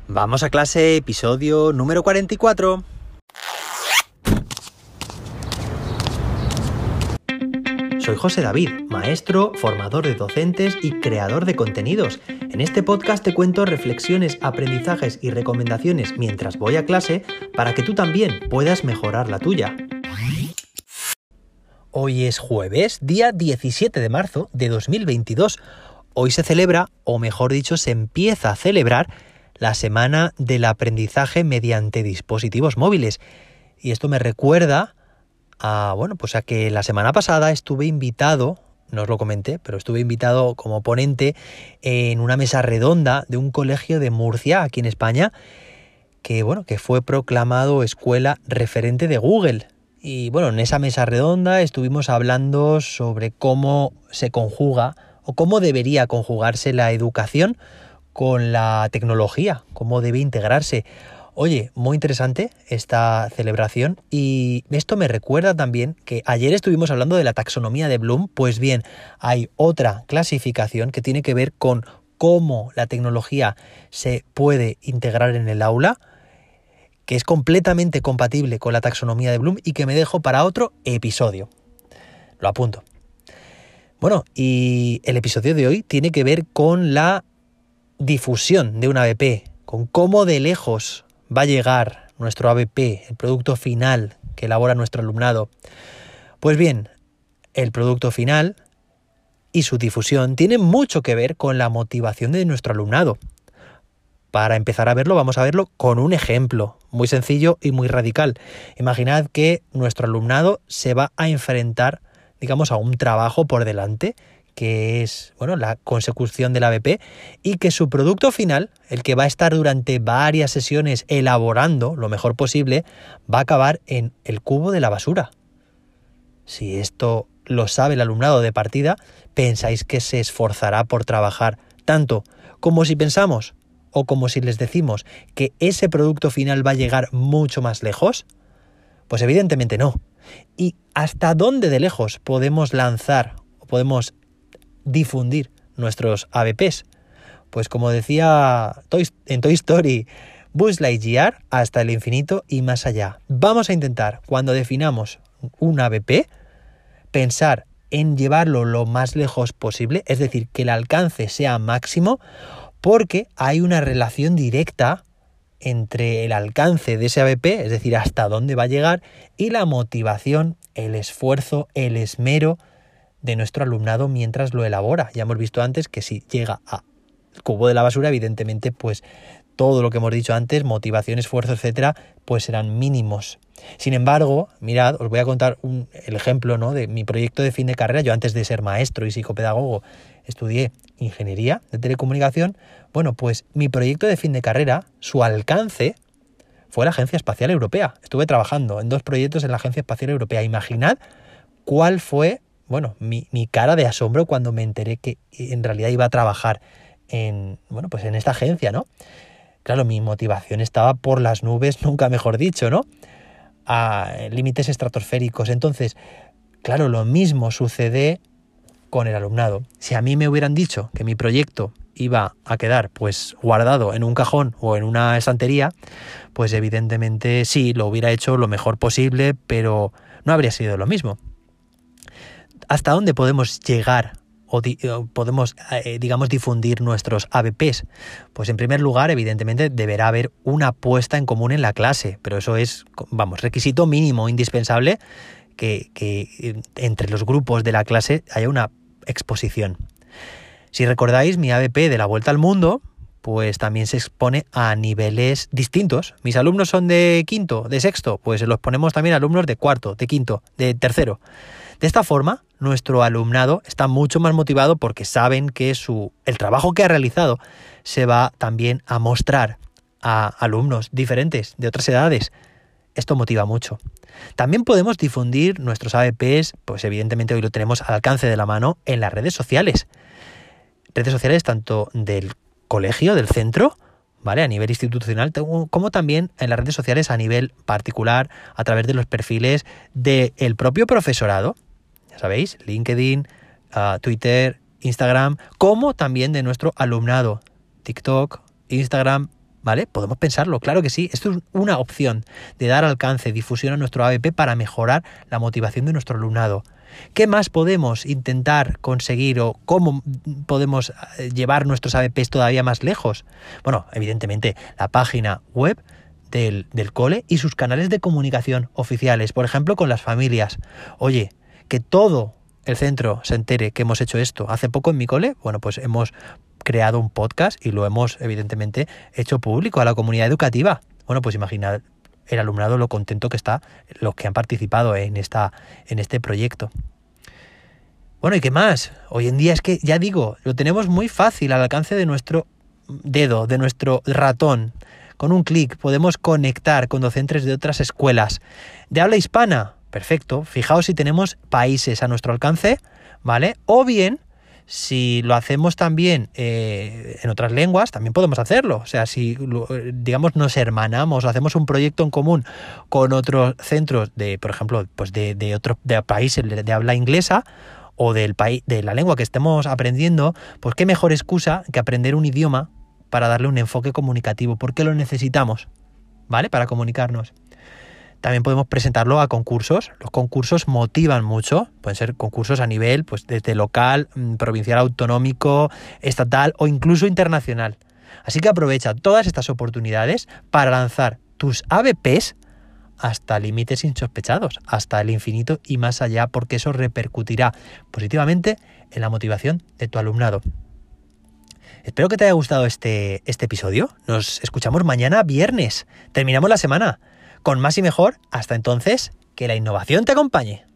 Vamos a clase, episodio número 44. Soy José David, maestro, formador de docentes y creador de contenidos. En este podcast te cuento reflexiones, aprendizajes y recomendaciones mientras voy a clase para que tú también puedas mejorar la tuya. Hoy es jueves, día 17 de marzo de 2022. Hoy se celebra, o mejor dicho, se empieza a celebrar la Semana del Aprendizaje mediante Dispositivos Móviles. Y esto me recuerda a que la semana pasada estuve invitado, no os lo comenté, pero estuve invitado como ponente en una mesa redonda de un colegio de Murcia, aquí en España, que fue proclamado escuela referente de Google. Y en esa mesa redonda estuvimos hablando sobre cómo se conjuga o cómo debería conjugarse la educación con la tecnología, cómo debe integrarse. Oye, muy interesante esta celebración, y esto me recuerda también que ayer estuvimos hablando de la taxonomía de Bloom. Pues bien, hay otra clasificación que tiene que ver con cómo la tecnología se puede integrar en el aula, que es completamente compatible con la taxonomía de Bloom y que me dejo para otro episodio. Lo apunto. Y el episodio de hoy tiene que ver con la difusión de un ABP, con cómo de lejos va a llegar nuestro ABP, el producto final que elabora nuestro alumnado. Pues bien, el producto final y su difusión tienen mucho que ver con la motivación de nuestro alumnado. Para empezar a verlo, vamos a verlo con un ejemplo muy sencillo y muy radical. Imaginad que nuestro alumnado se va a enfrentar, a un trabajo por delante, que es la consecución del ABP, y que su producto final, el que va a estar durante varias sesiones elaborando lo mejor posible, va a acabar en el cubo de la basura. Si esto lo sabe el alumnado de partida, ¿pensáis que se esforzará por trabajar tanto como si pensamos o como si les decimos que ese producto final va a llegar mucho más lejos? Pues evidentemente no. ¿Y hasta dónde de lejos podemos lanzar o podemos difundir nuestros ABPs? Pues como decía en Toy Story, Buzz Lightyear, hasta el infinito y más allá. Vamos a intentar, cuando definamos un ABP, pensar en llevarlo lo más lejos posible, es decir, que el alcance sea máximo, porque hay una relación directa entre el alcance de ese ABP, es decir, hasta dónde va a llegar, y la motivación, el esfuerzo, el esmero de nuestro alumnado mientras lo elabora. Ya hemos visto antes que si llega al cubo de la basura, evidentemente, pues todo lo que hemos dicho antes, motivación, esfuerzo, etcétera, pues serán mínimos. Sin embargo, mirad, os voy a contar el ejemplo, de mi proyecto de fin de carrera. Yo, antes de ser maestro y psicopedagogo, estudié ingeniería de telecomunicación. Pues mi proyecto de fin de carrera, su alcance fue la Agencia Espacial Europea. Estuve trabajando en 2 proyectos en la Agencia Espacial Europea. Imaginad cuál fue mi cara de asombro cuando me enteré que en realidad iba a trabajar en esta agencia, ¿no? Claro, mi motivación estaba por las nubes, nunca mejor dicho, ¿no? A límites estratosféricos. Entonces, claro, lo mismo sucede con el alumnado. Si a mí me hubieran dicho que mi proyecto iba a quedar guardado en un cajón o en una estantería, pues evidentemente sí, lo hubiera hecho lo mejor posible, pero no habría sido lo mismo. ¿Hasta dónde podemos llegar o podemos, difundir nuestros ABPs? Pues en primer lugar, evidentemente, deberá haber una puesta en común en la clase, pero eso es, requisito mínimo, indispensable, que entre los grupos de la clase haya una exposición. Si recordáis, mi ABP de la Vuelta al Mundo, pues también se expone a niveles distintos. Mis alumnos son de quinto, de sexto, pues los ponemos también alumnos de cuarto, de quinto, de tercero. De esta forma, nuestro alumnado está mucho más motivado porque saben que el trabajo que ha realizado se va también a mostrar a alumnos diferentes, de otras edades. Esto motiva mucho. También podemos difundir nuestros ABPs, pues evidentemente hoy lo tenemos al alcance de la mano en las redes sociales. Redes sociales tanto del colegio, del centro, ¿vale?, a nivel institucional, como también en las redes sociales a nivel particular, a través de los perfiles del propio profesorado. Ya sabéis, LinkedIn, Twitter, Instagram, como también de nuestro alumnado, TikTok, Instagram, ¿Vale? Podemos pensarlo, claro que sí. Esto es una opción de dar alcance, difusión a nuestro ABP para mejorar la motivación de nuestro alumnado. ¿Qué más podemos intentar conseguir o cómo podemos llevar nuestros ABPs todavía más lejos? Bueno, evidentemente la página web del cole y sus canales de comunicación oficiales, por ejemplo, con las familias. Oye, que todo el centro se entere que hemos hecho esto. Hace poco en mi cole, bueno, pues hemos creado un podcast y lo hemos evidentemente hecho público a la comunidad educativa. Bueno, pues imaginad el alumnado lo contento que está, los que han participado en este proyecto. Bueno, ¿y qué más? Hoy en día es que, ya digo, lo tenemos muy fácil al alcance de nuestro dedo, de nuestro ratón. Con un clic podemos conectar con docentes de otras escuelas. ¿De habla hispana? Perfecto. Fijaos si tenemos países a nuestro alcance, ¿vale? O bien, si lo hacemos también en otras lenguas, también podemos hacerlo. O sea, si, digamos, nos hermanamos, hacemos un proyecto en común con otros centros de, por ejemplo, pues de otros países de habla inglesa o del país, de la lengua que estemos aprendiendo, pues qué mejor excusa que aprender un idioma para darle un enfoque comunicativo, porque lo necesitamos, ¿vale? Para comunicarnos. También podemos presentarlo a concursos. Los concursos motivan mucho. Pueden ser concursos a nivel, pues, desde local, provincial, autonómico, estatal o incluso internacional. Así que aprovecha todas estas oportunidades para lanzar tus ABPs hasta límites insospechados, hasta el infinito y más allá, porque eso repercutirá positivamente en la motivación de tu alumnado. Espero que te haya gustado este episodio. Nos escuchamos mañana viernes. Terminamos la semana. Con más y mejor, hasta entonces, que la innovación te acompañe.